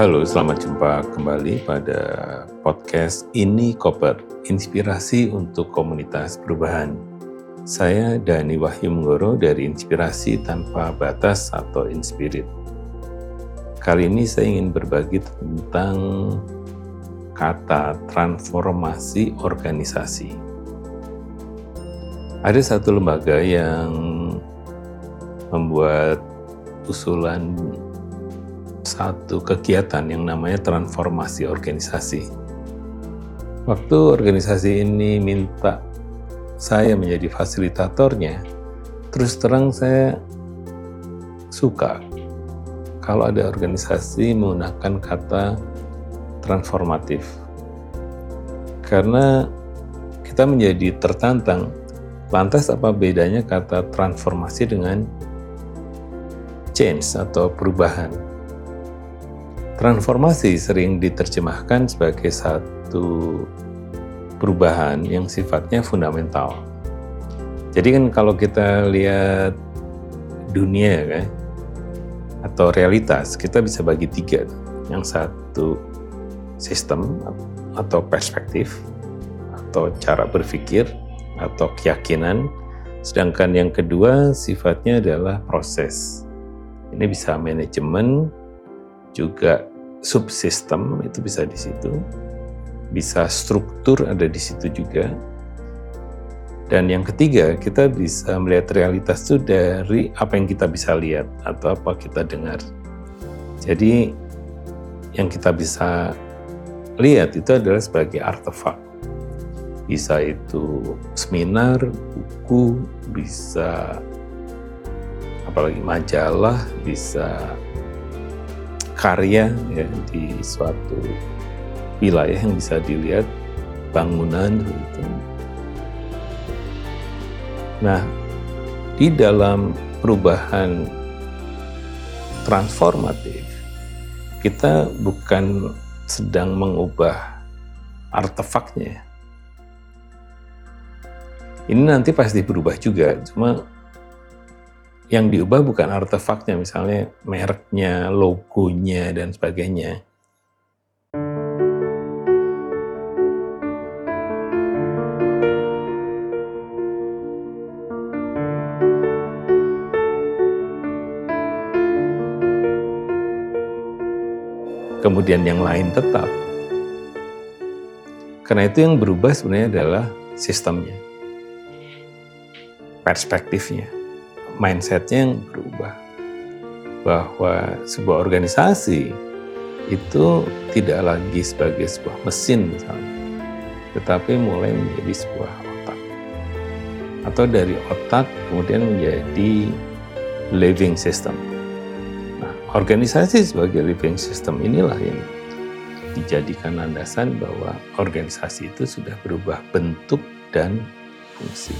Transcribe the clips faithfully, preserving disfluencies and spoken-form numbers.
Halo, selamat jumpa kembali pada podcast Ini Koper, Inspirasi untuk Komunitas Perubahan. Saya Dani Wahyu Menggoro dari Inspirasi Tanpa Batas atau Inspirit. Kali ini saya ingin berbagi tentang kata transformasi organisasi. Ada satu lembaga yang membuat usulan satu kegiatan yang namanya transformasi organisasi. Waktu organisasi ini minta saya menjadi fasilitatornya, terus terang saya suka kalau ada organisasi menggunakan kata transformatif. Karena kita menjadi tertantang, lantas apa bedanya kata transformasi dengan change atau perubahan? Transformasi sering diterjemahkan sebagai satu perubahan yang sifatnya fundamental. Jadi kan kalau kita lihat dunia kan, atau realitas, kita bisa bagi tiga. Yang satu sistem atau perspektif, atau cara berpikir, atau keyakinan. Sedangkan yang kedua sifatnya adalah proses. Ini bisa manajemen, juga subsistem itu bisa di situ, bisa struktur ada di situ juga. Dan yang ketiga, kita bisa melihat realitas itu dari apa yang kita bisa lihat atau apa kita dengar. Jadi yang kita bisa lihat itu adalah sebagai artefak. Bisa itu seminar, buku, bisa apalagi majalah, bisa karya ya, di suatu wilayah yang bisa dilihat, bangunan gitu. Nah, di dalam perubahan transformatif, kita bukan sedang mengubah artefaknya. Ini nanti pasti berubah juga, cuma yang diubah bukan artefaknya, misalnya mereknya, logonya, dan sebagainya. Kemudian yang lain tetap. Karena itu yang berubah sebenarnya adalah sistemnya, perspektifnya, mindset-nya yang berubah. Bahwa sebuah organisasi itu tidak lagi sebagai sebuah mesin misalnya, tetapi mulai menjadi sebuah otak. Atau dari otak kemudian menjadi living system. Nah, organisasi sebagai living system inilah yang dijadikan landasan bahwa organisasi itu sudah berubah bentuk dan fungsi.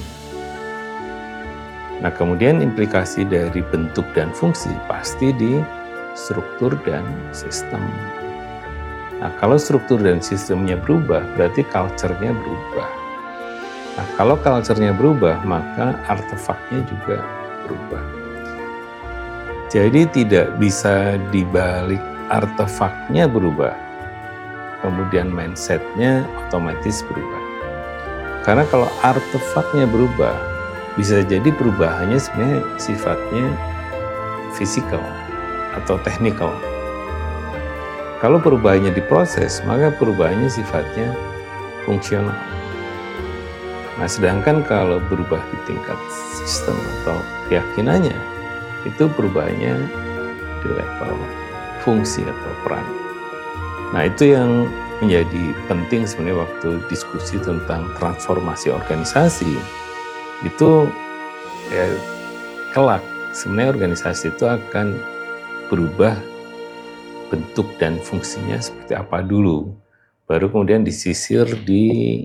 Nah, kemudian implikasi dari bentuk dan fungsi pasti di struktur dan sistem. Nah, kalau struktur dan sistemnya berubah, berarti culture-nya berubah. Nah, kalau culture-nya berubah, maka artefaknya juga berubah. Jadi tidak bisa dibalik artefaknya berubah, kemudian mindset-nya otomatis berubah. Karena kalau artefaknya berubah, bisa jadi perubahannya sebenarnya sifatnya fisikal atau teknikal. Kalau perubahannya diproses, maka perubahannya sifatnya fungsional. Nah, sedangkan kalau berubah di tingkat sistem atau keyakinannya, itu perubahannya di level fungsi atau peran. Nah, itu yang menjadi penting sebenarnya waktu diskusi tentang transformasi organisasi. Itu ya, kelak sebenarnya organisasi itu akan berubah bentuk dan fungsinya seperti apa dulu, baru kemudian disisir di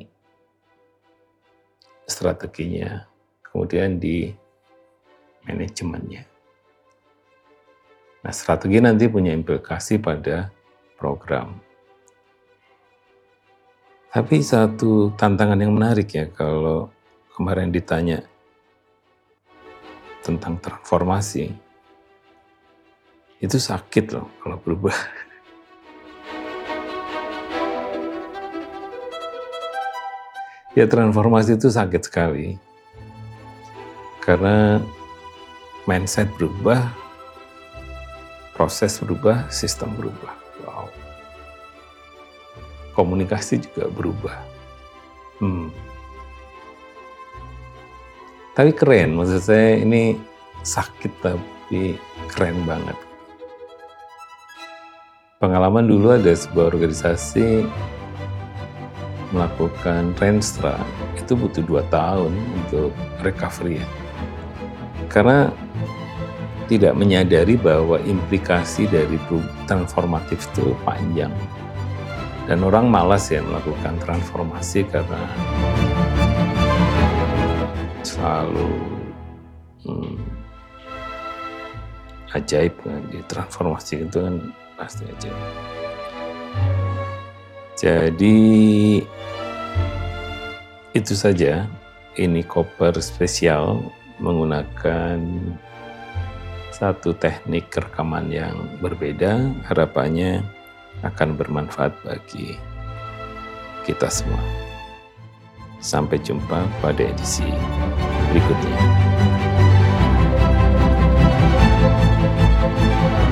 strateginya, kemudian di manajemennya. Nah, strategi nanti punya implikasi pada program. Tapi satu tantangan yang menarik ya, kalau kemarin ditanya tentang transformasi, itu sakit loh kalau berubah. Ya transformasi itu sakit sekali. Karena mindset berubah, proses berubah, sistem berubah. Wow. Komunikasi juga berubah. Hmm. Tapi keren, maksud saya ini sakit tapi keren banget. Pengalaman dulu ada sebuah organisasi melakukan Renstra, itu butuh dua tahun untuk recovery ya. Karena tidak menyadari bahwa implikasi dari transformatif itu panjang. Dan orang malas ya melakukan transformasi karena selalu hmm, ajaib kan, di transformasi itu kan pasti ajaib. Jadi itu saja, ini koper spesial menggunakan satu teknik rekaman yang berbeda, harapannya akan bermanfaat bagi kita semua. Sampai jumpa pada edisi berikutnya.